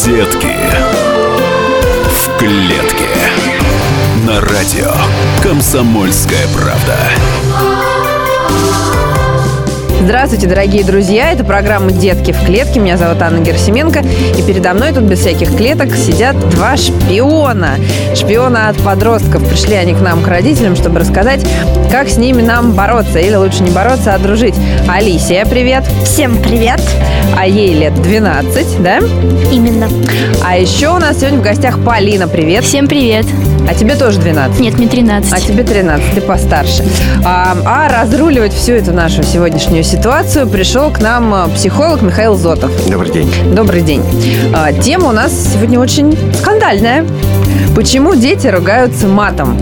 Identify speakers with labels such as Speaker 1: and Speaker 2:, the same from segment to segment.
Speaker 1: Детки в клетке. На радио «Комсомольская правда».
Speaker 2: Здравствуйте, дорогие друзья, это программа «Детки в клетке». Меня зовут Анна Герасименко. И передо мной тут без всяких клеток сидят два шпиона. Шпиона от подростков. Пришли они к нам, к родителям, чтобы рассказать, как с ними нам бороться. Или лучше не бороться, а дружить. Алисия, привет.
Speaker 3: Всем привет.
Speaker 2: А ей лет 12, да?
Speaker 3: Именно.
Speaker 2: А еще у нас сегодня в гостях Полина, привет.
Speaker 4: Всем привет.
Speaker 2: А тебе тоже 12?
Speaker 4: Нет, мне 13.
Speaker 2: А тебе 13, ты постарше. А разруливать всю эту нашу сегодняшнюю ситуацию пришел к нам психолог Михаил Зотов.
Speaker 5: Добрый день.
Speaker 2: Добрый день. Тема у нас сегодня очень скандальная. Почему дети ругаются матом?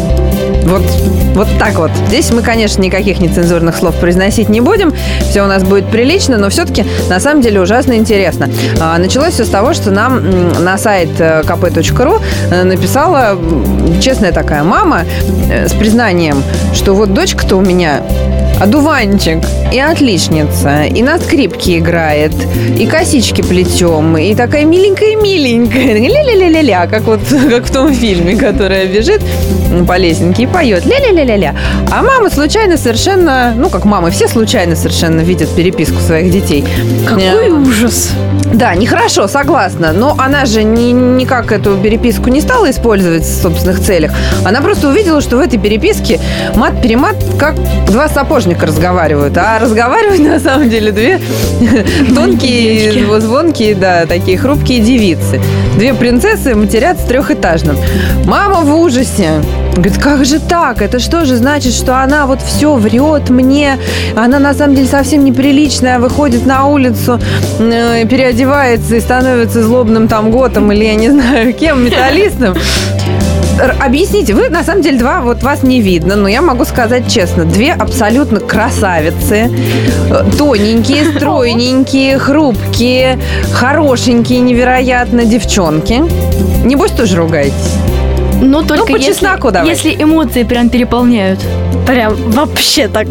Speaker 2: Вот так вот. Здесь мы, конечно, никаких нецензурных слов произносить не будем. Все у нас будет прилично, но все-таки, на самом деле, ужасно интересно. Началось все с того, что нам на сайт kp.ru написала честная такая мама с признанием, что вот дочка-то у меня одуванчик и отличница, и на скрипке играет, и косички плетем, и такая миленькая-миленькая, ля-ля-ля-ля-ля, как в том фильме, которая бежит по лесенке и поет ля-ля-ля-ля-ля. А мама случайно совершенно, как мамы, все случайно совершенно видят переписку своих детей.
Speaker 3: Какой ужас.
Speaker 2: Да, нехорошо, согласна, но она же никак эту переписку не стала использовать в собственных целях. Она просто увидела, что в этой переписке мат-перемат, как два сапожника разговаривают. А разговаривают, на самом деле, две тонкие, звонкие, да, такие хрупкие девицы. Две принцессы матерят с трехэтажным. Мама в ужасе. Говорит, как же так? Это что же значит, что она вот все врет мне? Она на самом деле совсем неприличная, выходит на улицу, переодевается и становится злобным там готом или я не знаю кем, металлистом. Объясните, вы на самом деле вас не видно, но я могу сказать честно, две абсолютно красавицы, тоненькие, стройненькие, хрупкие, хорошенькие, невероятно девчонки. Небось, тоже ругаетесь?
Speaker 4: Но только
Speaker 2: по чесноку давай.
Speaker 4: Если эмоции прям переполняют.
Speaker 3: Прям вообще так.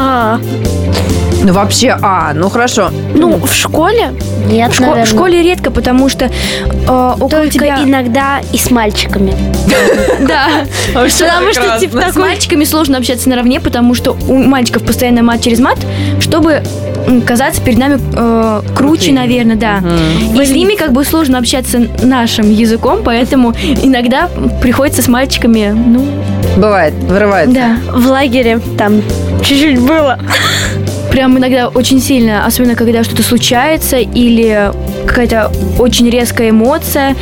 Speaker 2: Хорошо.
Speaker 3: В школе? Нет,
Speaker 4: В школе редко, потому что около тебя...
Speaker 3: иногда и с мальчиками.
Speaker 4: Да. Потому что с мальчиками сложно общаться наравне, потому что у мальчиков постоянно мат через мат, чтобы казаться перед нами круче, наверное, да. И с ними сложно общаться нашим языком, поэтому иногда приходится с мальчиками,
Speaker 2: Бывает, вырывается.
Speaker 4: Да.
Speaker 3: В лагере там чуть-чуть было.
Speaker 4: Прям иногда очень сильно, особенно когда что-то случается или какая-то очень резкая эмоция.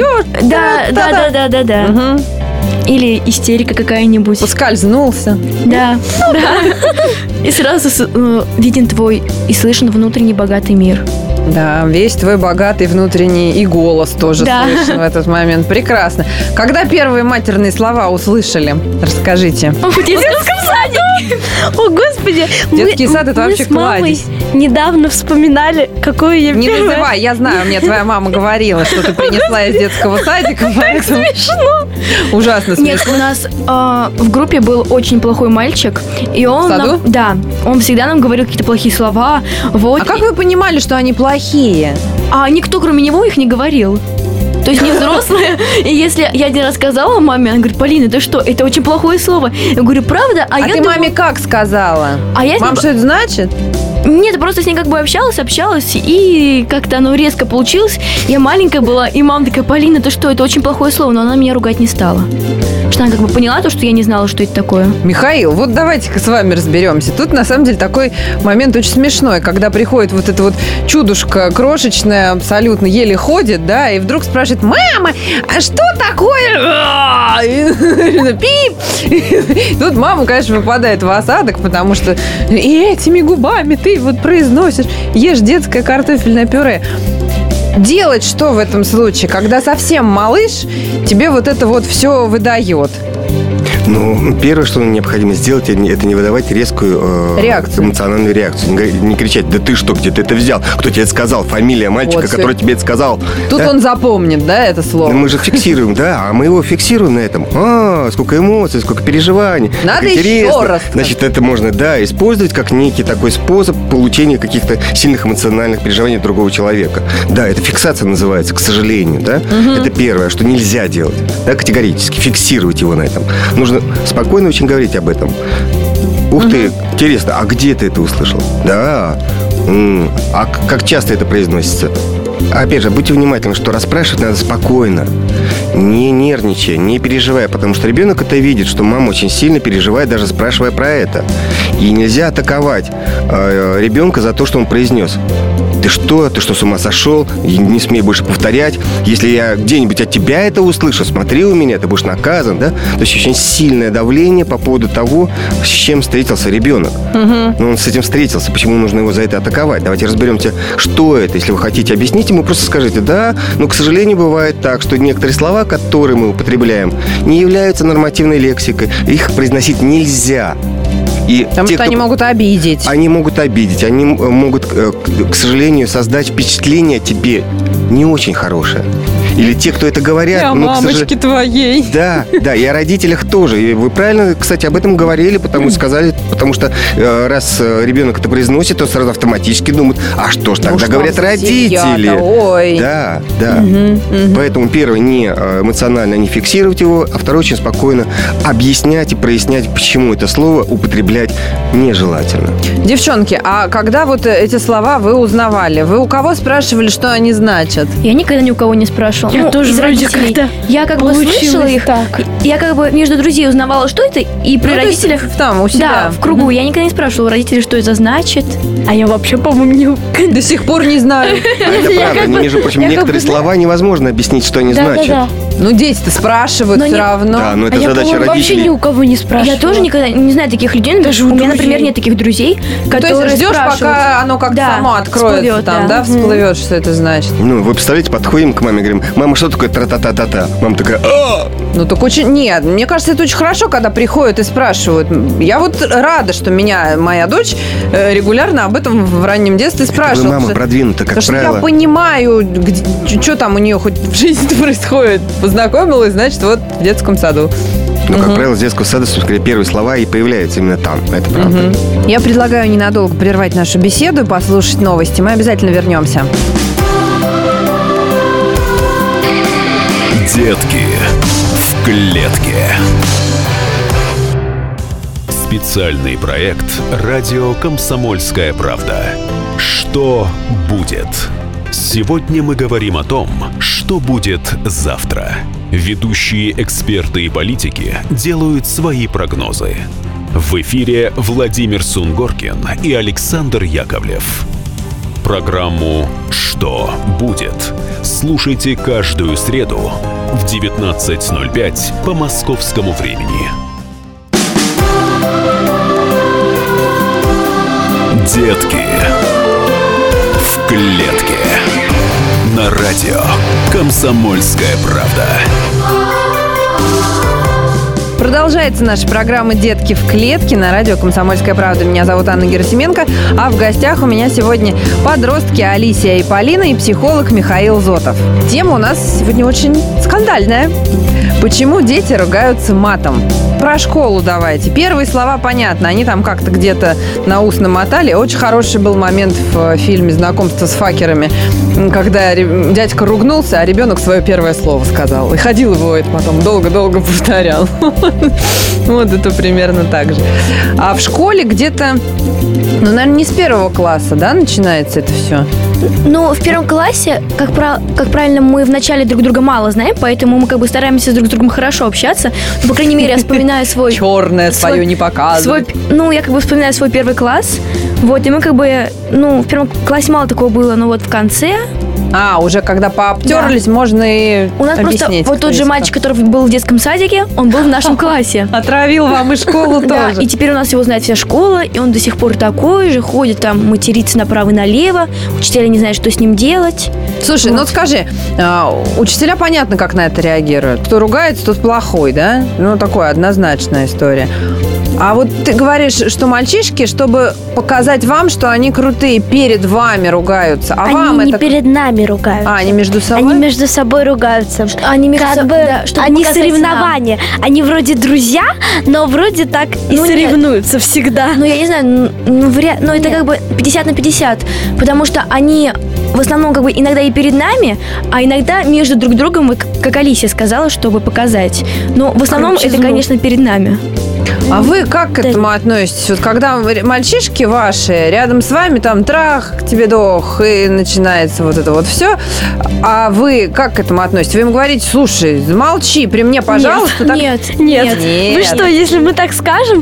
Speaker 4: Да. Угу. Или истерика какая-нибудь.
Speaker 2: Поскользнулся.
Speaker 4: Да. И сразу виден твой и слышен внутренний богатый мир.
Speaker 2: Да, весь твой богатый внутренний и голос тоже слышен в этот момент. Прекрасно. Когда первые матерные слова услышали? Расскажите.
Speaker 3: В детском саде. О, Господи.
Speaker 2: Детский сад – это вообще кладезь.
Speaker 3: Недавно вспоминали, какую я
Speaker 2: Не
Speaker 3: первую...
Speaker 2: называй, я знаю, мне твоя мама говорила, что ты принесла из детского садика.
Speaker 3: Так смешно.
Speaker 2: Ужасно смешно.
Speaker 4: Нет, у нас в группе был очень плохой мальчик, и он...
Speaker 2: В саду?
Speaker 4: Он всегда нам говорил какие-то плохие слова.
Speaker 2: А как вы понимали, что они плохие?
Speaker 4: А никто, кроме него, их не говорил. То есть не взрослые. И если я один раз сказала маме, она говорит, Полина, ты что, это очень плохое слово. Я говорю, правда?
Speaker 2: А ты маме как сказала? Мам, что это значит?
Speaker 4: Нет, просто с ней общалась, и как-то оно резко получилось. Я маленькая была, и мама такая, Полина, ты что, это очень плохое слово, но она меня ругать не стала. Потому что она поняла то, что я не знала, что это такое.
Speaker 2: Михаил, вот давайте-ка с вами разберемся. Тут, на самом деле, такой момент очень смешной, когда приходит вот эта вот чудушка крошечная, абсолютно еле ходит, да, и вдруг спрашивает, мама, а что такое? Пип! Тут мама, конечно, выпадает в осадок, потому что и этими губами ты произносишь, ешь детское картофельное пюре. Делать что в этом случае, когда совсем малыш тебе вот это вот все выдает?
Speaker 5: Ну, первое, что необходимо сделать, это не выдавать резкую эмоциональную реакцию. Не кричать: да ты что, где ты это взял? Кто тебе это сказал? Фамилия мальчика, вот, который тебе это сказал.
Speaker 2: Тут он запомнит, да, это слово?
Speaker 5: Мы же фиксируем, да, а мы его фиксируем на этом. Сколько эмоций, сколько переживаний.
Speaker 2: Надо еще раз.
Speaker 5: Значит, это можно, да, использовать как некий такой способ получения каких-то сильных эмоциональных переживаний другого человека. Да, это фиксация называется, к сожалению, да. Это первое, что нельзя делать, да, категорически, фиксировать его на этом. Нужно спокойно очень говорить об этом. Ух ты, интересно, а где ты это услышал? Да. А как часто это произносится? Опять же, будьте внимательны, что расспрашивать надо спокойно, не нервничая, не переживая, потому что ребенок это видит, что мама очень сильно переживает, даже спрашивая про это. И нельзя атаковать ребенка за то, что он произнес. Ты что, с ума сошел? Не смей больше повторять. Если я где-нибудь от тебя это услышу, смотри у меня, ты будешь наказан, да? То есть очень сильное давление по поводу того, с чем встретился ребенок. Но он с этим встретился, почему нужно его за это атаковать? Давайте разберемся, что это. Если вы хотите объяснить ему, просто скажите: да, но, к сожалению, бывает так, что некоторые слова, которые мы употребляем, не являются нормативной лексикой. Их произносить нельзя.
Speaker 2: Потому что они могут обидеть.
Speaker 5: Они могут обидеть. Они могут, к сожалению, создать впечатление о тебе не очень хорошее. Или те, кто это говорят...
Speaker 2: И о мамочке твоей.
Speaker 5: Да, и о родителях тоже. И вы правильно, кстати, об этом говорили, потому что раз ребенок это произносит, то сразу автоматически думает: а что ж тогда говорят родители?
Speaker 2: Ой.
Speaker 5: Да. Поэтому первое, не эмоционально не фиксировать его, а второе, очень спокойно объяснять и прояснять, почему это слово употреблять нежелательно.
Speaker 2: Девчонки, а когда вот эти слова вы узнавали, вы у кого спрашивали, что они значат?
Speaker 4: Я никогда ни у кого не спрашивала.
Speaker 3: Я тоже
Speaker 4: из
Speaker 3: вроде
Speaker 4: родителей.
Speaker 3: как-то
Speaker 4: Я как бы слышала их.
Speaker 3: Так.
Speaker 4: Я как бы между друзей узнавала, что это, и при родителях...
Speaker 2: Там, у себя.
Speaker 4: Да, в кругу. Я никогда не спрашивала у родителей, что это значит.
Speaker 3: А я вообще, по-моему, не...
Speaker 2: До сих пор не знаю.
Speaker 5: Это правда. Между прочим, некоторые слова невозможно объяснить, что они значат.
Speaker 3: Да.
Speaker 2: Ну, дети-то спрашивают все равно.
Speaker 5: Да, но это
Speaker 3: А я,
Speaker 5: задача
Speaker 3: по-моему, вообще
Speaker 5: родителей.
Speaker 3: ни у кого не спрашивала.
Speaker 4: Я тоже никогда не знаю таких людей.
Speaker 3: Даже у
Speaker 4: меня,
Speaker 3: друзей.
Speaker 4: например, нет таких друзей, которые
Speaker 2: То есть ждешь,
Speaker 4: спрашивают.
Speaker 2: пока оно как-то
Speaker 4: Да,
Speaker 2: само откроется,
Speaker 4: всплывет,
Speaker 2: там,
Speaker 4: да.
Speaker 2: да, всплывет, что это значит.
Speaker 5: Ну, вы представляете, подходим к маме и говорим: мама, что такое тра-та-та-та-та? Мама такая:
Speaker 2: Ну, так очень... Нет, мне кажется, это очень хорошо, когда приходят и спрашивают. Я вот рада, что меня моя дочь регулярно об этом в раннем детстве спрашивала.
Speaker 5: Вы, мама, продвинута, как
Speaker 2: Потому
Speaker 5: правило.
Speaker 2: что я понимаю, что там у нее хоть в жизни происходит. Познакомилась, значит, вот в детском саду.
Speaker 5: Но, как правило, с детского сада, собственно говоря, первые слова и появляются именно там. Это правда.
Speaker 2: Я предлагаю ненадолго прервать нашу беседу, послушать новости. Мы обязательно вернемся.
Speaker 1: Детки в клетке. Специальный проект «Радио Комсомольская правда». Что будет? Сегодня мы говорим о том, что будет завтра. Ведущие эксперты и политики делают свои прогнозы. В эфире Владимир Сунгоркин и Александр Яковлев. Программу «Что будет?» слушайте каждую среду в 19:05 по московскому времени. Детки в клетке. На радио «Комсомольская правда».
Speaker 2: Продолжается наша программа «Детки в клетке» на радио «Комсомольская правда». Меня зовут Анна Герасименко, а в гостях у меня сегодня подростки Алисия и Полина и психолог Михаил Зотов. Тема у нас сегодня очень скандальная. Почему дети ругаются матом? Про школу давайте. Первые слова понятно. Они там как-то где-то на ус намотали. Очень хороший был момент в фильме «Знакомство с факерами», когда дядька ругнулся, а ребенок свое первое слово сказал. И ходил его это потом долго-долго повторял. Вот это примерно так же. А в школе где-то, ну, наверное, не с 1 класса, да, начинается это все?
Speaker 4: Ну, в 1 классе, как правильно, мы вначале друг друга мало знаем, поэтому мы как бы стараемся друг с другом хорошо общаться. Но, по крайней мере, я вспоминаю свой...
Speaker 2: Черное свое не показывать.
Speaker 4: Я как бы вспоминаю свой 1 класс. Вот, и мы как бы, в 1 классе мало такого было, но вот в конце...
Speaker 2: уже когда пообтерлись, можно и
Speaker 4: у нас
Speaker 2: объяснить.
Speaker 4: Просто вот тот же мальчик, который был в детском садике, он был в нашем классе.
Speaker 2: Отравил вам и школу
Speaker 4: Да,
Speaker 2: тоже.
Speaker 4: и теперь у нас его знает вся школа, и он до сих пор такой же, ходит там, матерится направо и налево, учителя учителя не знают, что с ним делать.
Speaker 2: Слушай, ну скажи, учителя понятно, как на это реагируют. Кто ругается, тот плохой, да? Ну, такая однозначная история. А вот ты говоришь, что мальчишки, чтобы показать вам, что они крутые, перед вами ругаются. А
Speaker 3: Они
Speaker 2: вам
Speaker 3: не
Speaker 2: это...
Speaker 3: перед нами ругаются.
Speaker 2: А, они между собой?
Speaker 3: Они между собой ругаются.
Speaker 4: Они между
Speaker 3: Как
Speaker 4: собой,
Speaker 3: бы,
Speaker 4: да, чтобы
Speaker 3: они
Speaker 4: показать
Speaker 3: соревнования. Они вроде друзья, но вроде так и
Speaker 4: Ну, нет.
Speaker 3: соревнуются всегда.
Speaker 4: Ну, я не знаю, но это как бы 50 на 50, потому что они в основном как бы иногда и перед нами, а иногда между друг другом, вот как Алисия сказала, чтобы показать. Но в основном это,
Speaker 3: Крутизну.
Speaker 4: конечно, перед нами.
Speaker 2: А вы как к этому относитесь? Вот когда мальчишки ваши рядом с вами, там трах, к тебе дох, и начинается вот это вот все. А вы как к этому относитесь? Вы им говорите, слушай, замолчи при мне, пожалуйста. так-
Speaker 4: Нет.
Speaker 3: Нет. Вы
Speaker 2: Нет.
Speaker 3: что, если мы так скажем,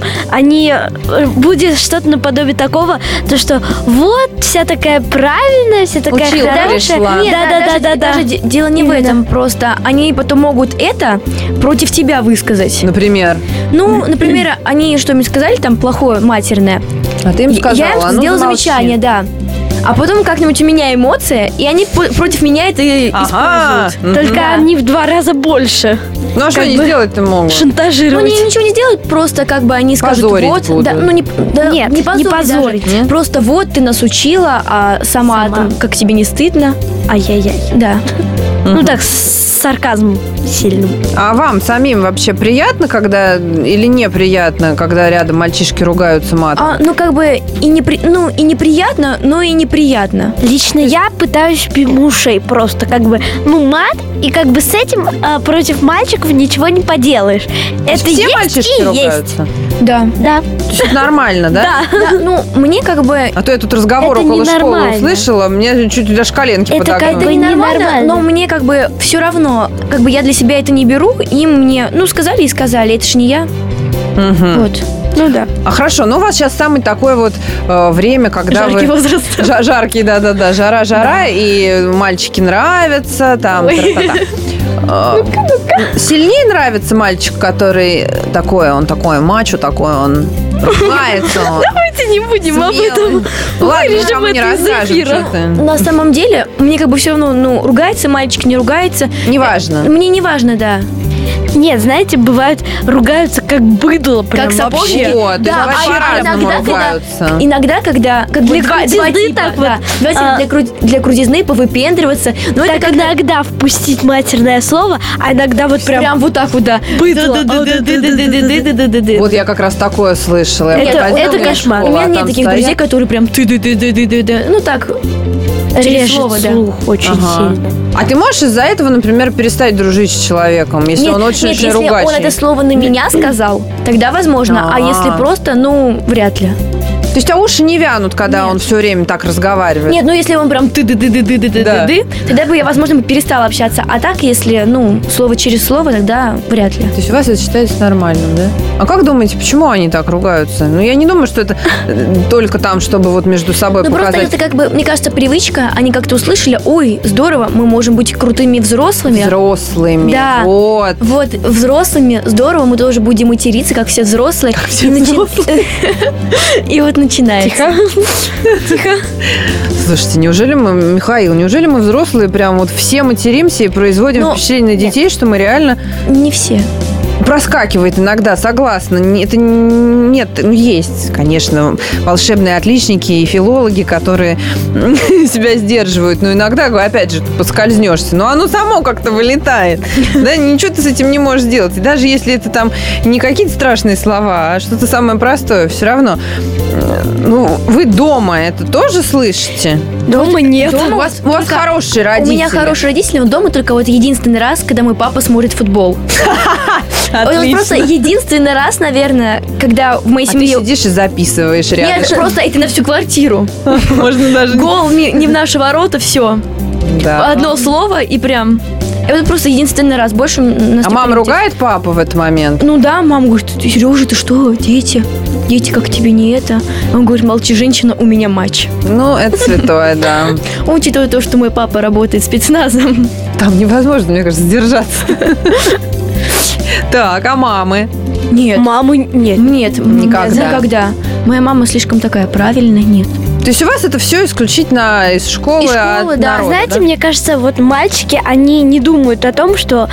Speaker 3: будет что-то наподобие такого, то что вот вся такая правильная, вся такая
Speaker 2: Училка
Speaker 3: хорошая.
Speaker 2: пришла.
Speaker 4: Нет,
Speaker 3: Да.
Speaker 4: даже дело не в
Speaker 3: Именно.
Speaker 4: этом, просто они потом могут это против тебя высказать.
Speaker 2: Например.
Speaker 4: Ну, например, они что мне сказали там плохое, матерное.
Speaker 2: А ты им сказала,
Speaker 4: Я им
Speaker 2: ну,
Speaker 4: сделала
Speaker 2: замолчи.
Speaker 4: замечание, да. А потом как-нибудь у меня эмоция, и они против меня это
Speaker 2: Ага.
Speaker 4: используют.
Speaker 3: Только
Speaker 4: Да.
Speaker 3: они в 2 раза больше
Speaker 2: Ну, а что
Speaker 3: как
Speaker 2: они
Speaker 3: бы
Speaker 2: сделать-то могут?
Speaker 4: Ну,
Speaker 3: шантажировать.
Speaker 4: они ничего не сделают, просто как бы они скажут,
Speaker 2: Позорить
Speaker 4: вот,
Speaker 2: будут.
Speaker 4: да, ну не, да,
Speaker 3: Нет,
Speaker 4: не
Speaker 3: не
Speaker 4: позорить,
Speaker 3: позорить,
Speaker 4: даже.
Speaker 2: нет?
Speaker 4: Просто вот ты нас учила, а сама.
Speaker 3: Сама.
Speaker 4: Там, как тебе не стыдно.
Speaker 3: Ай-яй-яй.
Speaker 4: Да.
Speaker 3: Ну так, с сарказмом сильным.
Speaker 2: А вам самим вообще приятно, когда или неприятно, когда рядом мальчишки ругаются матом?
Speaker 4: Ну как бы и неприятно, но и неприятно.
Speaker 3: Лично я пытаюсь мимо ушей просто как бы, мат, и как бы с этим против мальчиков ничего не поделаешь. Это
Speaker 2: Все
Speaker 3: есть
Speaker 2: мальчишки
Speaker 3: и
Speaker 2: ругаются?
Speaker 4: Да.
Speaker 3: Да.
Speaker 2: То есть это нормально, да?
Speaker 4: Да, ну мне как бы
Speaker 2: А то я тут разговор
Speaker 3: Это
Speaker 2: около школы
Speaker 3: ненормально.
Speaker 2: услышала, мне чуть даже коленки
Speaker 3: Это
Speaker 2: подогнули.
Speaker 3: как бы
Speaker 4: это ненормально,
Speaker 3: ненормально.
Speaker 4: но мне как бы все равно, как бы я для себя это не беру, им мне, сказали и сказали, это ж не я.
Speaker 2: Мгм.
Speaker 4: Вот. Ну да.
Speaker 2: А хорошо, ну у вас сейчас самое такое вот время, когда
Speaker 3: Жаркий
Speaker 2: вы...
Speaker 3: возраст.
Speaker 2: Жаркий, да-да-да, жара, и мальчики нравятся, там, тра-та-та. Сильнее нравится мальчик, который он такой мачо, такой он ругается.
Speaker 3: Давайте не будем об этом.
Speaker 2: Ладно,
Speaker 3: Вырежем
Speaker 2: никому не
Speaker 3: это из
Speaker 2: расскажем,
Speaker 3: эфира.
Speaker 2: что ты.
Speaker 4: На самом деле, мне как бы все равно, ругается мальчик, не ругается.
Speaker 2: Неважно.
Speaker 4: Мне не важно, да.
Speaker 3: Нет, знаете, бывают, ругаются как быдло, прям
Speaker 4: Как
Speaker 3: вообще.
Speaker 4: сапожник.
Speaker 2: Вот,
Speaker 4: Да,
Speaker 2: давай
Speaker 4: а
Speaker 2: по-разному
Speaker 4: иногда,
Speaker 2: ругаются.
Speaker 4: Иногда, когда как бы
Speaker 3: Для
Speaker 4: два
Speaker 3: крутизны
Speaker 4: типа,
Speaker 3: так вот,
Speaker 4: да. Давайте для крутизны повыпендриваться. Но
Speaker 3: Так
Speaker 4: это когда
Speaker 3: иногда впустить матерное слово, а иногда вот прям
Speaker 4: вот так вот, да.
Speaker 3: быдло.
Speaker 2: Вот я как раз такое слышала. Я
Speaker 3: Это-
Speaker 2: приходила
Speaker 3: это
Speaker 2: в
Speaker 3: кошмар.
Speaker 2: школу,
Speaker 4: У меня
Speaker 2: а
Speaker 4: нет
Speaker 2: там
Speaker 4: таких
Speaker 2: стоят.
Speaker 4: друзей, которые прям ты-ты-ты-ты-ты-ты. Ну так, через
Speaker 3: Режет
Speaker 4: слово, да.
Speaker 3: слух очень
Speaker 2: Ага.
Speaker 3: сильно.
Speaker 2: А ты можешь из-за этого, например, перестать дружить с человеком, если он очень
Speaker 4: нет,
Speaker 2: очень
Speaker 4: если
Speaker 2: ругачий?
Speaker 4: он это слово на меня сказал, тогда возможно. А
Speaker 2: А.
Speaker 4: если просто, вряд ли.
Speaker 2: То есть, а уши не вянут, когда
Speaker 4: Нет.
Speaker 2: он все время так разговаривает?
Speaker 4: Нет, если он прям ты-ты-ты-ты-ты-ты-ты, тогда бы я, возможно, перестала общаться. А так, если, слово через слово, тогда вряд ли.
Speaker 2: То есть у вас это считается нормальным, да? А как думаете, почему они так ругаются? Ну, я не думаю, что это только там, чтобы вот между собой
Speaker 4: Просто
Speaker 2: показать
Speaker 4: это как бы, мне кажется, привычка. Они как-то услышали, ой, здорово, мы можем быть крутыми взрослыми.
Speaker 2: взрослыми.
Speaker 4: Да.
Speaker 2: Вот.
Speaker 4: Вот, взрослыми, здорово, мы тоже будем материться, как все взрослые. И вот начинается.
Speaker 2: Слушайте, Михаил, неужели мы взрослые прям вот все материмся и производим
Speaker 4: Ну,
Speaker 2: впечатление на детей, что мы реально...
Speaker 4: Не все.
Speaker 2: Проскакивает иногда, согласна. Это нет, есть, конечно, волшебные отличники и филологи, которые себя сдерживают. Но иногда, опять же, поскользнешься. Но оно само как-то вылетает. Да, ничего ты с этим не можешь сделать. И даже если это там не какие-то страшные слова, а что-то самое простое, все равно. Вы дома это тоже слышите?
Speaker 3: Дома нет.
Speaker 2: У вас хорошие родители.
Speaker 4: У меня хорошие родители, но дома только вот единственный раз, когда мой папа смотрит футбол. Вот просто единственный раз, наверное, когда в моей
Speaker 2: А ты
Speaker 4: семье...
Speaker 2: сидишь и записываешь рядом.
Speaker 4: Нет, просто это на всю квартиру.
Speaker 2: Можно даже...
Speaker 4: Гол не в наши ворота, все.
Speaker 2: Да.
Speaker 4: Одно слово и прям... Это просто единственный раз. Больше нас
Speaker 2: А
Speaker 4: никто
Speaker 2: мама
Speaker 4: не
Speaker 2: ругает папу в этот момент?
Speaker 4: Ну да, мама говорит, Сережа, ты что, дети, как тебе не это? Он говорит, молчи, женщина, у меня матч.
Speaker 2: Ну, это святое, да.
Speaker 4: Учитывая то, что мой папа работает спецназом.
Speaker 2: Там невозможно, мне кажется, сдержаться. Так, а мамы?
Speaker 4: Нет.
Speaker 3: Мамы нет.
Speaker 4: Нет,
Speaker 2: Никогда.
Speaker 4: Никогда. Моя мама слишком такая правильная, нет.
Speaker 2: То есть у вас это все исключительно из школы, от
Speaker 3: да.
Speaker 2: народа,
Speaker 3: Знаете,
Speaker 2: да?
Speaker 3: мне кажется, вот мальчики, они не думают о том, что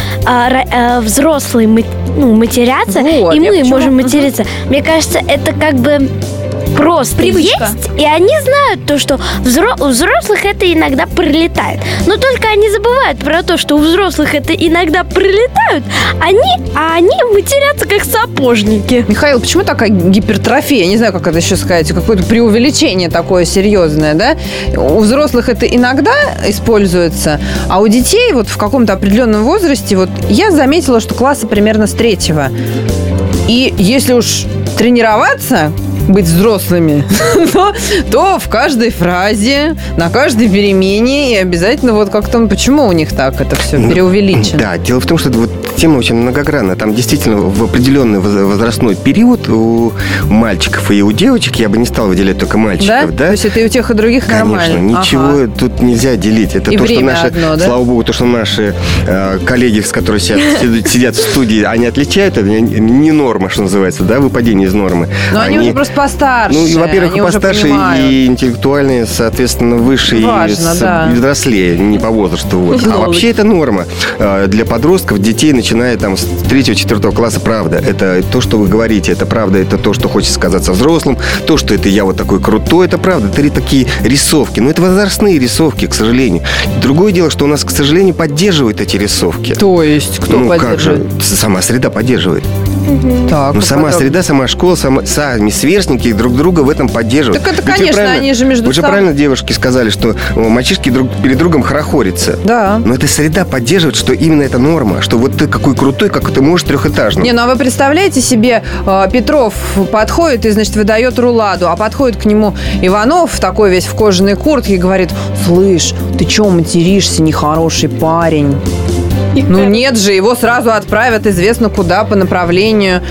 Speaker 3: взрослые матерятся,
Speaker 2: Вот,
Speaker 3: и
Speaker 2: я
Speaker 3: мы
Speaker 2: почему-
Speaker 3: можем материться. Мне кажется, это как бы просто
Speaker 4: Привычка.
Speaker 3: есть, и они знают то, что у взрослых это иногда прилетает. Но только они забывают про то, что у взрослых это иногда прилетают, а они матерятся как сапожники.
Speaker 2: Михаил, почему такая гипертрофия? Я не знаю, как это еще сказать. Какое-то преувеличение такое серьезное, да? У взрослых это иногда используется, а у детей вот в каком-то определенном возрасте, вот я заметила, что класса примерно с 3-го. И если уж тренироваться, быть взрослыми, то в каждой фразе, на каждой перемене и обязательно вот как-то... Почему у них так это все преувеличено?
Speaker 5: Да, дело в том, что вот тема очень многогранна. Там действительно в определенный возрастной период у мальчиков и у девочек, я бы не стал выделять только мальчиков, да?
Speaker 2: То есть это и у тех, и других
Speaker 5: Конечно,
Speaker 2: нормально?
Speaker 5: ничего тут нельзя делить. Это
Speaker 2: И
Speaker 5: то, что
Speaker 2: время
Speaker 5: наши,
Speaker 2: одно, да?
Speaker 5: слава богу, то, что наши коллеги, с которыми сидят в студии, они отличают, это не норма, что называется, да, выпадение из нормы.
Speaker 2: Но они уже просто постарше.
Speaker 5: Ну, и, во-первых,
Speaker 2: они уже
Speaker 5: постарше
Speaker 2: понимают.
Speaker 5: и интеллектуальные, соответственно, выше
Speaker 2: Важно, да.
Speaker 5: и взрослее, не по возрасту. Вот. А вообще это норма для подростков, детей, начиная там с 3-4 класса, правда. Это то, что вы говорите, это правда, это то, что хочется казаться взрослым, то, что это я вот такой крутой, это правда. Это такие рисовки. Но это возрастные рисовки, к сожалению. Другое дело, что у нас, к сожалению, поддерживают эти рисовки.
Speaker 2: То есть кто поддерживает?
Speaker 5: Как же? Сама среда поддерживает.
Speaker 2: Так,
Speaker 5: Ну, сама
Speaker 2: поподробнее.
Speaker 5: среда, сама школа, сами сверстники друг друга в этом поддерживают.
Speaker 2: Так это,
Speaker 5: Ведь вы
Speaker 2: конечно,
Speaker 5: правильно-
Speaker 2: они же между
Speaker 5: Вы же
Speaker 2: собой-
Speaker 5: правильно, девушки, сказали, что мальчишки друг перед другом хорохорятся.
Speaker 2: Да.
Speaker 5: Но эта среда поддерживает, что именно это норма, что вот ты какой крутой, как ты можешь трехэтажным.
Speaker 2: Не, ну а вы представляете себе, Петров подходит и, значит, выдает руладу, а подходит к нему Иванов, такой весь в кожаной куртке, и говорит: слышь, ты чё материшься, нехороший парень? Ну нет же, его сразу отправят известно куда по направлению.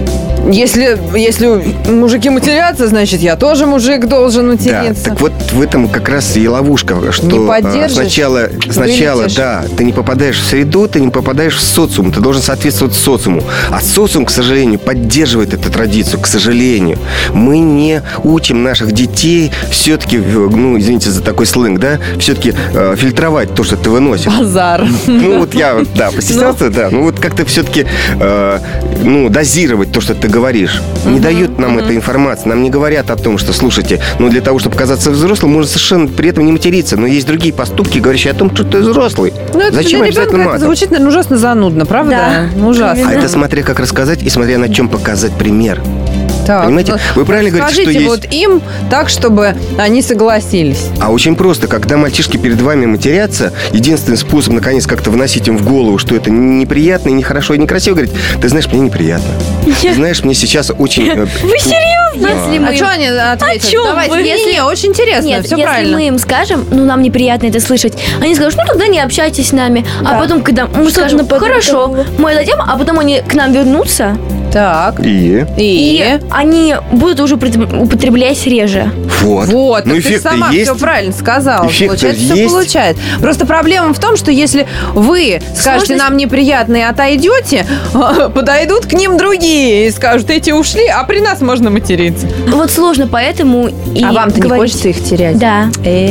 Speaker 2: Если мужики матерятся, значит, я тоже мужик должен
Speaker 5: Да,
Speaker 2: материться.
Speaker 5: так вот в этом как раз и ловушка, что
Speaker 2: Не поддержишь,
Speaker 5: сначала,
Speaker 2: вылетишь.
Speaker 5: да, ты не попадаешь в среду, ты не попадаешь в социум, ты должен соответствовать социуму. А социум, к сожалению, поддерживает эту традицию, к сожалению. Мы не учим наших детей все-таки, ну, извините за такой сленг, да, все-таки фильтровать то, что ты выносишь.
Speaker 2: Базар.
Speaker 5: Ну, вот я, да, постеснялся, да. Ну, вот как-то все-таки, дозировать то, что ты говоришь. Не дают нам этой информации. Нам не говорят о том, что, слушайте, для того, чтобы казаться взрослым, можно совершенно при этом не материться. Но есть другие поступки, говорящие о том, что ты взрослый.
Speaker 2: Ну, это
Speaker 5: Зачем
Speaker 2: для
Speaker 5: обязательно
Speaker 2: ребенка это
Speaker 5: матом?
Speaker 2: звучит, наверное, ужасно занудно, правда?
Speaker 3: Да.
Speaker 2: Ну, ужасно.
Speaker 5: А это смотря как рассказать и смотря на чем показать пример.
Speaker 2: Так,
Speaker 5: Понимаете? Вы правильно говорите, что
Speaker 2: скажите
Speaker 5: есть-
Speaker 2: вот им так, чтобы они согласились.
Speaker 5: А очень просто, когда мальчишки перед вами матерятся, единственный способ, наконец, как-то вносить им в голову, что это неприятно, и нехорошо, и некрасиво, говорить: ты знаешь, мне неприятно. Ты знаешь, мне сейчас очень...
Speaker 3: Вы серьезно?
Speaker 4: Если мы
Speaker 2: А что они ответят?
Speaker 3: О чем
Speaker 2: Давайте,
Speaker 3: вы?
Speaker 2: не, очень интересно,
Speaker 4: Нет,
Speaker 2: все
Speaker 4: если
Speaker 2: правильно.
Speaker 4: мы им скажем, нам неприятно это слышать, они скажут: ну тогда не общайтесь с нами. А потом, когда мы скажем:
Speaker 3: на подругу.
Speaker 4: хорошо, мы это делаем, а потом они к нам вернутся,
Speaker 2: Так,
Speaker 5: И...
Speaker 2: и...
Speaker 4: они будут уже употреблять реже.
Speaker 5: Вот.
Speaker 2: Вот,
Speaker 5: Ну,
Speaker 2: так ты
Speaker 5: эффект-то
Speaker 2: сама
Speaker 5: есть.
Speaker 2: все правильно сказала.
Speaker 5: Эффект-то
Speaker 2: Получается, все
Speaker 5: есть.
Speaker 2: получается. Просто проблема в том, что если вы скажете: нам неприятно, и отойдете, подойдут к ним другие и скажут: эти ушли, а при нас можно материться.
Speaker 4: Вот сложно, поэтому и
Speaker 2: А вам-то не
Speaker 4: говорить.
Speaker 2: хочется их терять?
Speaker 4: Да.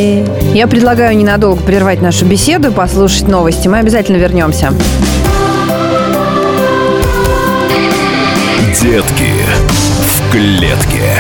Speaker 2: Я предлагаю ненадолго прервать нашу беседу, послушать новости. Мы обязательно вернемся.
Speaker 1: Детки в клетке.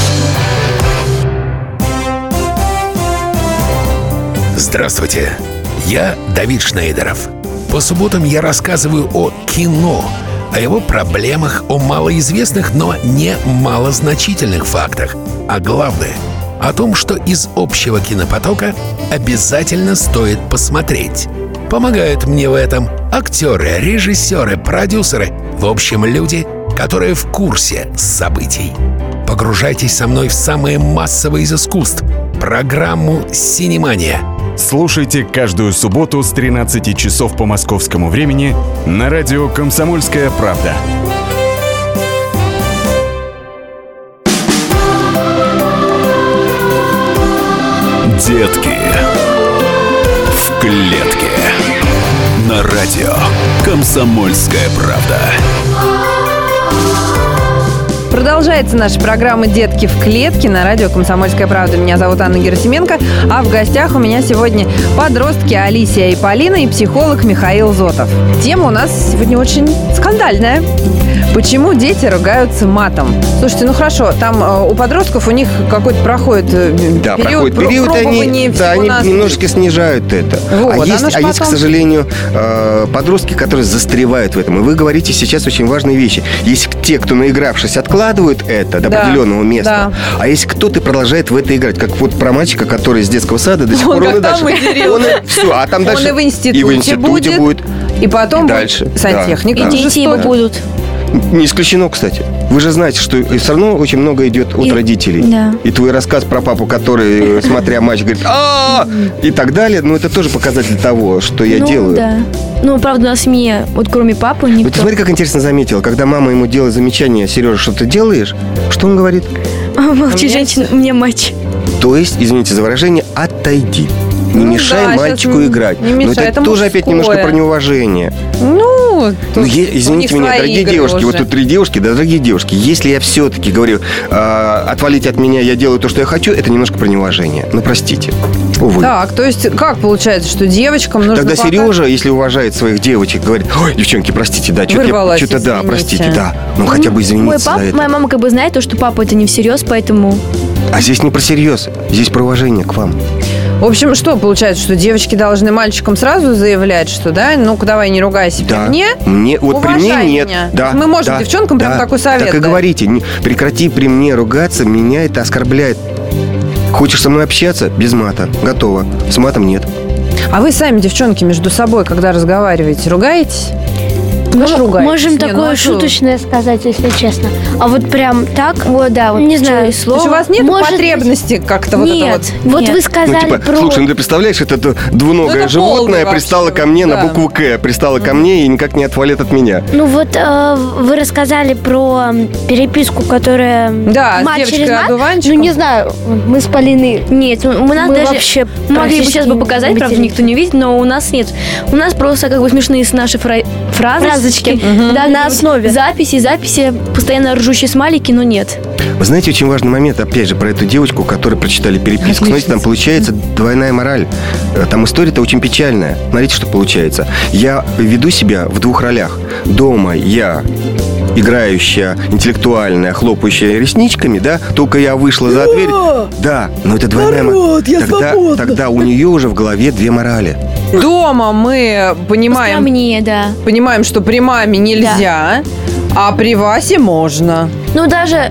Speaker 6: Здравствуйте, я Давид Шнейдеров. По субботам я рассказываю о кино, о его проблемах, о малоизвестных, но не малозначительных фактах. А главное, о том, что из общего кинопотока обязательно стоит посмотреть. Помогают мне в этом актеры, режиссеры, продюсеры, в общем, люди, которые в курсе событий. Погружайтесь со мной в самое массовое из искусств — программу «Синемания».
Speaker 7: Слушайте каждую субботу с 13 часов по московскому времени на радио «Комсомольская правда».
Speaker 1: Детки в клетке. На радио «Комсомольская правда».
Speaker 2: Продолжается наша программа «Детки в клетке» на радио «Комсомольская правда». Меня зовут Анна Герасименко, а в гостях у меня сегодня подростки Алисия и Полина и психолог Михаил Зотов. Тема у нас сегодня очень скандальная. Почему дети ругаются матом? Слушайте, ну хорошо, там у подростков у них какой-то проходит период пробования
Speaker 5: они немножечко снижают это.
Speaker 2: Вот,
Speaker 5: а есть, к сожалению, подростки, которые застревают в этом. И вы говорите сейчас очень важные вещи. Есть те, кто, наигравшись, откладывают это до определенного места. Да. А есть кто-то продолжает в это играть. Как вот про мальчика, который из детского сада до сих пор он и дальше. А там дальше.
Speaker 2: Он и в институте будет. И потом
Speaker 5: дальше.
Speaker 2: Сантехник.
Speaker 3: И дети его будут.
Speaker 5: Не исключено, кстати. Вы же знаете, что все равно очень много идет от родителей.
Speaker 4: Да.
Speaker 5: И твой рассказ про папу, который, смотря матч, говорит и так далее, это тоже показатель того, что я делаю.
Speaker 4: Да. Правда, у нас в семье, вот кроме папы, никто...
Speaker 5: Вот смотри, как интересно заметила. Когда мама ему делает замечание: Сережа, что ты делаешь? Что он говорит?
Speaker 4: Молчи, женщина, мне матч.
Speaker 5: То есть, извините за выражение, отойди. Не мешай мальчику играть.
Speaker 2: Не мешай,
Speaker 5: но это тоже опять немножко про неуважение. Извините меня, дорогие девушки,
Speaker 2: уже.
Speaker 5: Вот тут 3 девушки, да, дорогие девушки, если я все-таки говорю, отвалите от меня, я делаю то, что я хочу, это немножко про неуважение. Простите. Увы.
Speaker 2: Так, то есть как получается, что девочкам нужно...
Speaker 5: Тогда Сережа, если уважает своих девочек, говорит: ой, девчонки, простите, да, что-то да, простите, да. Хотя бы извиниться за это.
Speaker 4: Моя мама знает то, что папа это не всерьез, поэтому...
Speaker 5: А здесь не про серьез, здесь про уважение к вам.
Speaker 2: В общем, что получается, что девочки должны мальчикам сразу заявлять, что ну-ка давай не ругайся при мне?
Speaker 5: Вот при мне нет.
Speaker 2: Меня.
Speaker 5: Да,
Speaker 2: мы можем девчонкам прям такой совет.
Speaker 5: Так и говорите, прекрати при мне ругаться, меня это оскорбляет. Хочешь со мной общаться? Без мата. Готово. С матом нет.
Speaker 2: А вы сами, девчонки, между собой, когда разговариваете, ругаетесь?
Speaker 3: Можем такое шуточное сказать, если честно. А вот прям так, не знаю, слово.
Speaker 2: То есть у вас нет потребности как-то
Speaker 3: нет, вот вы сказали про...
Speaker 5: Слушай, ты представляешь, это двуногое животное пристало ко мне на букву «К», пристало ко мне и никак не отвалит от меня.
Speaker 3: Вы рассказали про переписку, которая...
Speaker 2: Да,
Speaker 3: мать
Speaker 2: с
Speaker 3: через мат.
Speaker 2: одуванчиком.
Speaker 3: Не знаю, мы с Полиной...
Speaker 4: Нет, у нас даже...
Speaker 3: вообще
Speaker 4: могли бы сейчас показать, правда, никто не видит, но у нас нет. У нас просто смешные с наши фразочки. Да, на основе записи, постоянно ржущие смайлики, но нет.
Speaker 5: Вы знаете, очень важный момент, опять же, про эту девочку, которой прочитали переписку. Знаете, там получается двойная мораль. Там история-то очень печальная. Смотрите, что получается. Я веду себя в 2 ролях. Дома я играющая, интеллектуальная, хлопающая ресничками, да, только я вышла за дверь. Да, но это двойная мораль. Тогда у нее уже в голове 2 морали.
Speaker 2: Дома мы понимаем, что при маме нельзя, а при Васе можно.
Speaker 4: Даже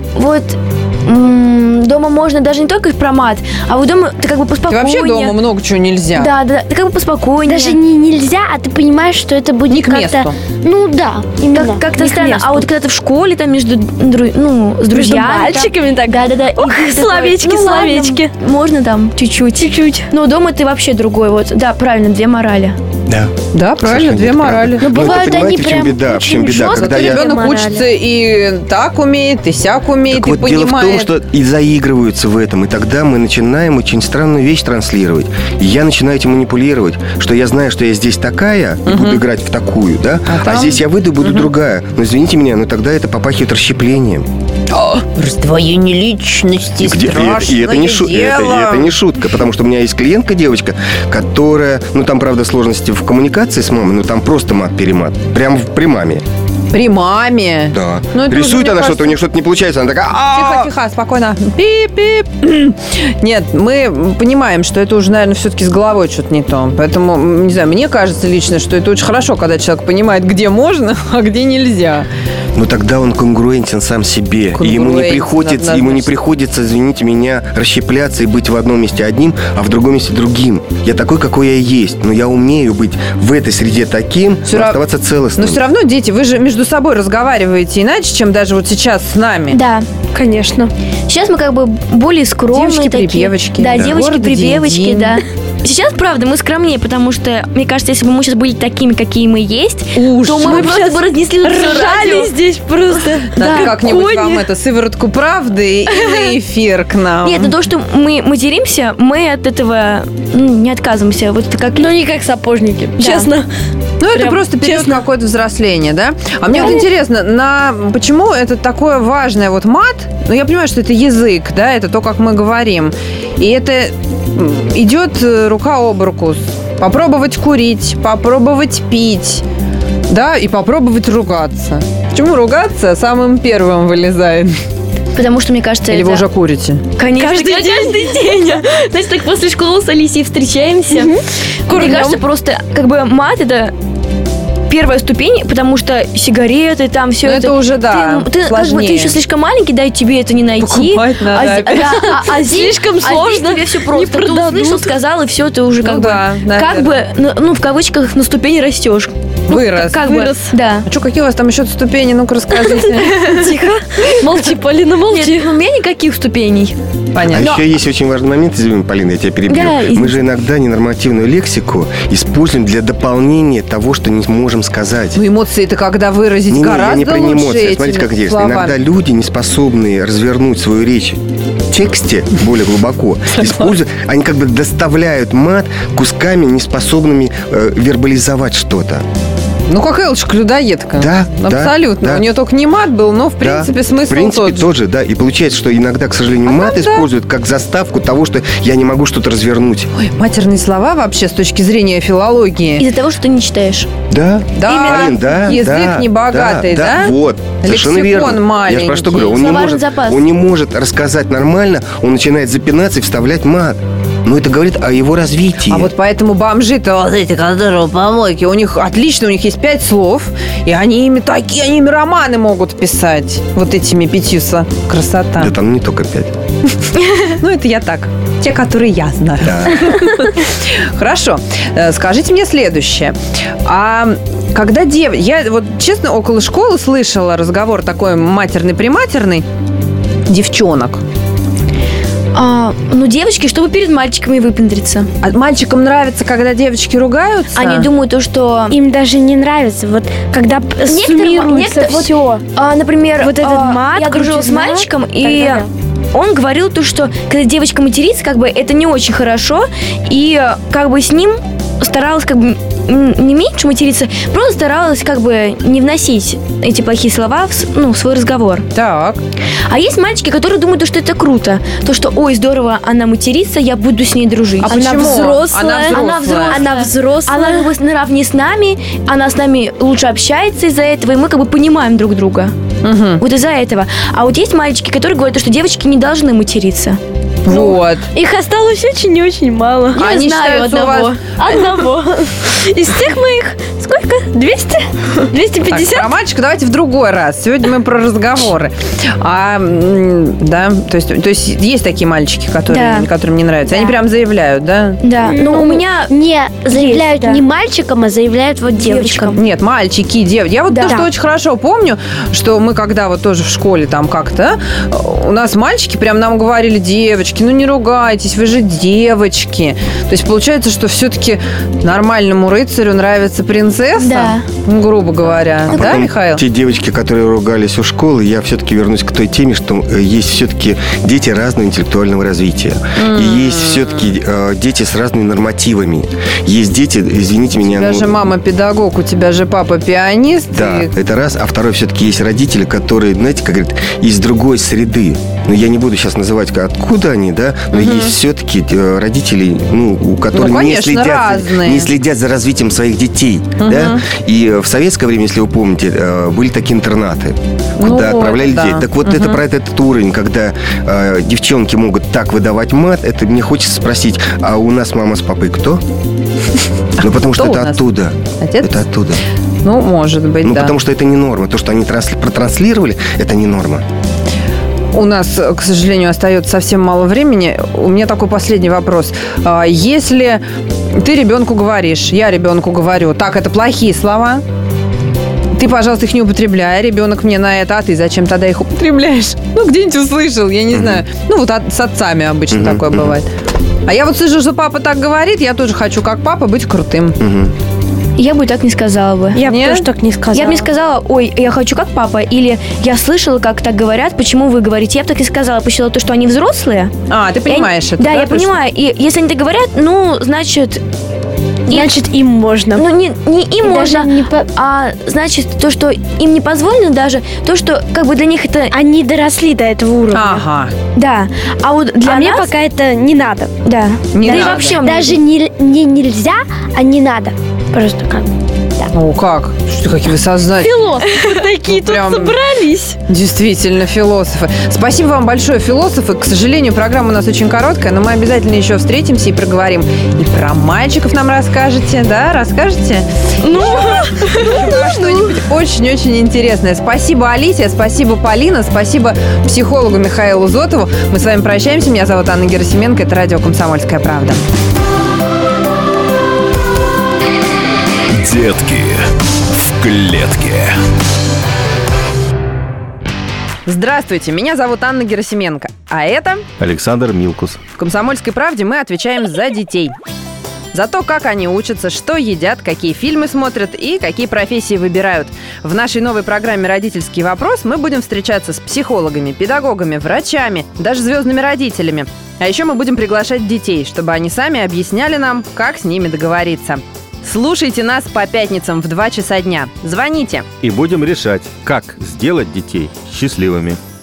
Speaker 4: дома можно даже не только про мат, а вот дома ты поспокойнее.
Speaker 2: Вообще дома много чего нельзя.
Speaker 4: Да, ты поспокойнее.
Speaker 3: Даже не нельзя, а ты понимаешь, что это будет
Speaker 2: не к месту.
Speaker 3: Именно.
Speaker 4: Как-то странно. А вот когда ты в школе, там между с друзьями,
Speaker 3: мальчиками, так.
Speaker 4: Да. Словечки. Можно там чуть-чуть. Но дома ты вообще другой. Да, правильно, 2 морали.
Speaker 2: Да, правильно, 2 морали.
Speaker 3: Но бывают они прям
Speaker 5: в чем беда,
Speaker 2: когда ребенок учится и так умеет, и сяк умеет,
Speaker 5: так
Speaker 2: и
Speaker 5: вот
Speaker 2: понимает.
Speaker 5: Дело в том, что и заигрываются в этом, и тогда мы начинаем очень странную вещь транслировать. И я начинаю этим манипулировать, что я знаю, что я здесь такая, и буду играть в такую, да? А здесь я выйду и буду другая. Но извините меня, но тогда это попахивает расщеплением.
Speaker 2: Раздвоение личности, страшное
Speaker 5: и это не шутка, потому что у меня есть клиентка, девочка, которая, там, правда, сложности в коммуникации с мамой, но там просто мат-перемат. Прям при маме.
Speaker 2: При маме?
Speaker 5: Да. Рисует она что-то, у нее что-то не получается, она такая...
Speaker 2: Тихо, спокойно. Пип-пип. Нет, мы понимаем, что это уже, наверное, все-таки с головой что-то не то. Поэтому, не знаю, мне кажется лично, что это очень хорошо, когда человек понимает, где можно, а где нельзя.
Speaker 5: Но тогда он конгруентен сам себе. И ему не приходится, извините меня, расщепляться и быть в одном месте одним, а в другом месте другим. Я такой, какой я есть. Но я умею быть в этой среде таким, оставаться целостным.
Speaker 2: Но все равно, дети, вы же между собой разговариваете иначе, чем даже вот сейчас с нами.
Speaker 4: Да, конечно. Сейчас мы более скромные.
Speaker 2: Девочки-припевочки.
Speaker 4: Да, девочки-припевочки, да. Сейчас, правда, мы скромнее, потому что, мне кажется, если бы мы сейчас были такими, какие мы есть, то мы просто бы разнесли
Speaker 3: ржали здесь просто.
Speaker 2: Да, как-нибудь вам сыворотку правды и на эфир к нам.
Speaker 4: Нет, то, что мы материмся, мы от этого не отказываемся.
Speaker 3: Не как сапожники, честно.
Speaker 2: Ну, это
Speaker 4: Прям
Speaker 2: просто период
Speaker 4: честно.
Speaker 2: какое-то взросления, да? А мне вот интересно, почему это такое важное вот мат? Ну, я понимаю, что это язык, да, это то, как мы говорим. И это идет рука об руку. Попробовать курить, попробовать пить, да, и попробовать ругаться. Почему ругаться самым первым вылезает?
Speaker 4: Потому что, мне кажется,
Speaker 2: Или
Speaker 4: это...
Speaker 2: вы уже курите?
Speaker 4: Конечно, каждый день. Знаете, так после школы с Алисией встречаемся. Мне кажется, просто как бы мат это первая ступень, потому что сигареты, там все
Speaker 2: Ну,
Speaker 4: это...
Speaker 2: это уже, да,
Speaker 4: Ты, как бы,
Speaker 2: сложнее.
Speaker 4: ты еще слишком маленький, да, и тебе это не найти.
Speaker 2: Покупать надо опять.
Speaker 4: Здесь,
Speaker 3: Слишком сложно,
Speaker 4: тебе все просто.
Speaker 3: не
Speaker 4: Ты
Speaker 3: продадут.
Speaker 4: услышал, сказал, и все, ты уже
Speaker 2: Ну
Speaker 4: как
Speaker 2: да,
Speaker 4: бы...
Speaker 2: наверное.
Speaker 4: Как бы, ну, в кавычках, на ступени растешь. Ну,
Speaker 2: Вырос.
Speaker 4: Как бы, да.
Speaker 2: А что, какие у вас там еще ступени? Ну-ка, расскажите.
Speaker 3: Тихо. Молчи, Полина, молчи.
Speaker 4: Нет, у меня никаких ступеней.
Speaker 5: А
Speaker 2: Понятно.
Speaker 5: еще есть очень важный момент, извини, Полина, я тебя перебью.
Speaker 4: Да, извините.
Speaker 5: Мы же иногда ненормативную лексику используем для дополнения того, что не можем сказать.
Speaker 2: Ну, эмоции это когда выразить
Speaker 5: Не,
Speaker 2: гораздо
Speaker 5: я не про
Speaker 2: лучше
Speaker 5: эмоции. Смотрите,
Speaker 2: этими
Speaker 5: как интересно.
Speaker 2: словами.
Speaker 5: Иногда люди, не способные развернуть свою речь в тексте более глубоко, используют, они как бы доставляют мат кусками, не способными вербализовать что-то.
Speaker 2: Ну, как Элочка-людоедка.
Speaker 5: Да,
Speaker 2: Абсолютно.
Speaker 5: да.
Speaker 2: У нее только не мат был, но, в принципе, смысл
Speaker 5: в принципе,
Speaker 2: тот же.
Speaker 5: да. И получается, что иногда, к сожалению, мат используют как заставку того, что я не могу что-то развернуть.
Speaker 2: Ой, матерные слова вообще с точки зрения филологии.
Speaker 4: Из-за того, что ты не читаешь.
Speaker 5: Да,
Speaker 2: Да,
Speaker 5: Полин, да,
Speaker 2: язык
Speaker 5: да,
Speaker 2: небогатый, да?
Speaker 5: Вот, совершенно
Speaker 2: Лексикон
Speaker 5: верно.
Speaker 2: маленький.
Speaker 5: Я про что говорю,
Speaker 4: Словарный запас.
Speaker 5: он не может рассказать нормально, он начинает запинаться и вставлять мат. Но это говорит о его развитии.
Speaker 2: А вот поэтому бомжи-то, вот эти, которые у помойки, у них отлично, у них есть 5 слов, и они ими романы могут писать. Вот этими 5 красота.
Speaker 5: Да там не только 5.
Speaker 2: Ну, это я так. Те, которые я знаю. Хорошо. Скажите мне следующее. А когда я вот честно около школы слышала разговор такой матерный-приматерный девчонок.
Speaker 4: Ну, девочки, чтобы перед мальчиками выпендриться.
Speaker 2: А мальчикам нравится, когда девочки ругаются?
Speaker 4: Они думают то, что...
Speaker 3: Им даже не нравится. Вот когда суммируется
Speaker 4: вот,
Speaker 3: все.
Speaker 4: например,
Speaker 3: Вот этот мат,
Speaker 4: я дружила с
Speaker 3: крутизна,
Speaker 4: мальчиком, и он говорил то, что когда девочка матерится, как бы это не очень хорошо, и как бы с ним старалась как бы не меньше материться, просто старалась как бы не вносить эти плохие слова в свой разговор.
Speaker 2: Так.
Speaker 4: А есть мальчики, которые думают, что это круто. То, что, ой, здорово, она матерится, я буду с ней дружить.
Speaker 2: А почему? Она взрослая.
Speaker 4: Она взрослая. Она как бы наравне с нами, она с нами лучше общается из-за этого, и мы как бы понимаем друг друга.
Speaker 2: Угу.
Speaker 4: Вот из-за этого. А вот есть мальчики, которые говорят, что девочки не должны материться.
Speaker 2: Вот.
Speaker 3: Их осталось очень и очень мало.
Speaker 4: Я
Speaker 2: Они
Speaker 4: знаю
Speaker 2: считаются у
Speaker 4: одного.
Speaker 2: вас-
Speaker 3: Одного. Из всех моих, сколько? 200?
Speaker 2: Так,
Speaker 3: 250?
Speaker 2: про мальчика давайте в другой раз. Сегодня мы про разговоры. Да, то есть такие мальчики, которым не нравится. Они прям заявляют, да?
Speaker 4: Да. Ну, у меня...
Speaker 3: Не заявляют
Speaker 4: да.
Speaker 3: не мальчикам, а заявляют вот девочкам.
Speaker 2: Нет, мальчики, девочки. Я вот
Speaker 4: Да.
Speaker 2: тоже очень хорошо помню, что мы когда вот тоже в школе там как-то, у нас мальчики прям нам говорили: девочки, ну не ругайтесь, вы же девочки. То есть получается, что все-таки нормальному рыцарю нравится принцесса,
Speaker 4: Да.
Speaker 2: ну, грубо говоря.
Speaker 5: А
Speaker 2: Да,
Speaker 5: потом
Speaker 2: Михаил?
Speaker 5: те девочки, которые ругались у школы, я все-таки вернусь к той теме, что есть все-таки дети разного интеллектуального развития. И есть все-таки дети с разными нормативами. Есть дети, извините меня...
Speaker 2: У тебя же мама педагог, у тебя же папа пианист.
Speaker 5: Да,
Speaker 2: и-
Speaker 5: это раз. А второй, все-таки есть родители, которые, знаете, как говорят, из другой среды. Ну, я не буду сейчас называть, откуда они, да, но есть все-таки родители, у которых
Speaker 2: конечно, разные.
Speaker 5: не следят за развитием своих детей. Да? И в советское время, если вы помните, были такие интернаты, куда
Speaker 2: вот,
Speaker 5: отправляли
Speaker 2: да.
Speaker 5: детей. Так вот, это про этот уровень, когда девчонки могут так выдавать мат, это мне хочется спросить, а у нас мама с папой кто? Ну, потому что
Speaker 2: Кто у
Speaker 5: это
Speaker 2: нас?
Speaker 5: оттуда.
Speaker 2: Отец?
Speaker 5: Это оттуда.
Speaker 2: Ну, может быть, да.
Speaker 5: Потому что это не норма. То, что они протранслировали, это не норма.
Speaker 2: У нас, к сожалению, остается совсем мало времени. У меня такой последний вопрос. Если ты ребенку говоришь, я ребенку говорю, так, это плохие слова, ты, пожалуйста, их не употребляй, ребенок мне на это, а ты зачем тогда их употребляешь? Ну, где-нибудь услышал, я не знаю. Ну, вот с отцами обычно такое бывает. А я вот слышу, что папа так говорит, я тоже хочу, как папа, быть крутым.
Speaker 4: Я бы так не сказала бы.
Speaker 3: Я бы
Speaker 2: Нет?
Speaker 3: тоже так не сказала.
Speaker 4: Я бы не сказала, ой, я хочу как папа, или я слышала, как так говорят, почему вы говорите. Я бы так не сказала, посчитала то, что они взрослые.
Speaker 2: А, ты понимаешь это,
Speaker 4: Да, я
Speaker 2: то, что-
Speaker 4: понимаю. И если они так говорят, ну, значит,
Speaker 3: Значит, им можно.
Speaker 4: Ну, не им
Speaker 3: Даже
Speaker 4: можно, а значит, то, что им не позволено даже, то, что как бы для них это...
Speaker 3: Они доросли до этого уровня.
Speaker 2: Ага.
Speaker 4: Да. А вот для
Speaker 3: Мне
Speaker 4: нас...
Speaker 3: пока это не надо.
Speaker 4: Да.
Speaker 2: Не
Speaker 4: Да и
Speaker 2: надо.
Speaker 4: вообще...
Speaker 3: Даже не нельзя, а не надо. Просто как.
Speaker 2: О, как? Что, какие вы сознательные.
Speaker 3: Философы такие тут
Speaker 2: Прям-
Speaker 3: собрались.
Speaker 2: Действительно, философы. Спасибо вам большое, философы. К сожалению, программа у нас очень короткая, но мы обязательно еще встретимся и проговорим. И про мальчиков нам расскажете, да? Расскажете? Ну, про что-нибудь очень-очень интересное. Спасибо, Алисия, спасибо, Полина, спасибо психологу Михаилу Зотову. Мы с вами прощаемся. Меня зовут Анна Герасименко. Это радио «Комсомольская правда».
Speaker 1: Детки в клетке.
Speaker 2: Здравствуйте, меня зовут Анна Герасименко. А это
Speaker 5: Александр Милкус.
Speaker 2: в «Комсомольской правде» мы отвечаем за детей. За то, как они учатся, что едят, какие фильмы смотрят и какие профессии выбирают. В нашей новой программе «Родительский вопрос» мы будем встречаться с психологами, педагогами, врачами, даже звездными родителями. А еще мы будем приглашать детей, чтобы они сами объясняли нам, как с ними договориться. Слушайте нас по пятницам в 2 часа дня. Звоните.
Speaker 5: И будем решать, как сделать детей счастливыми.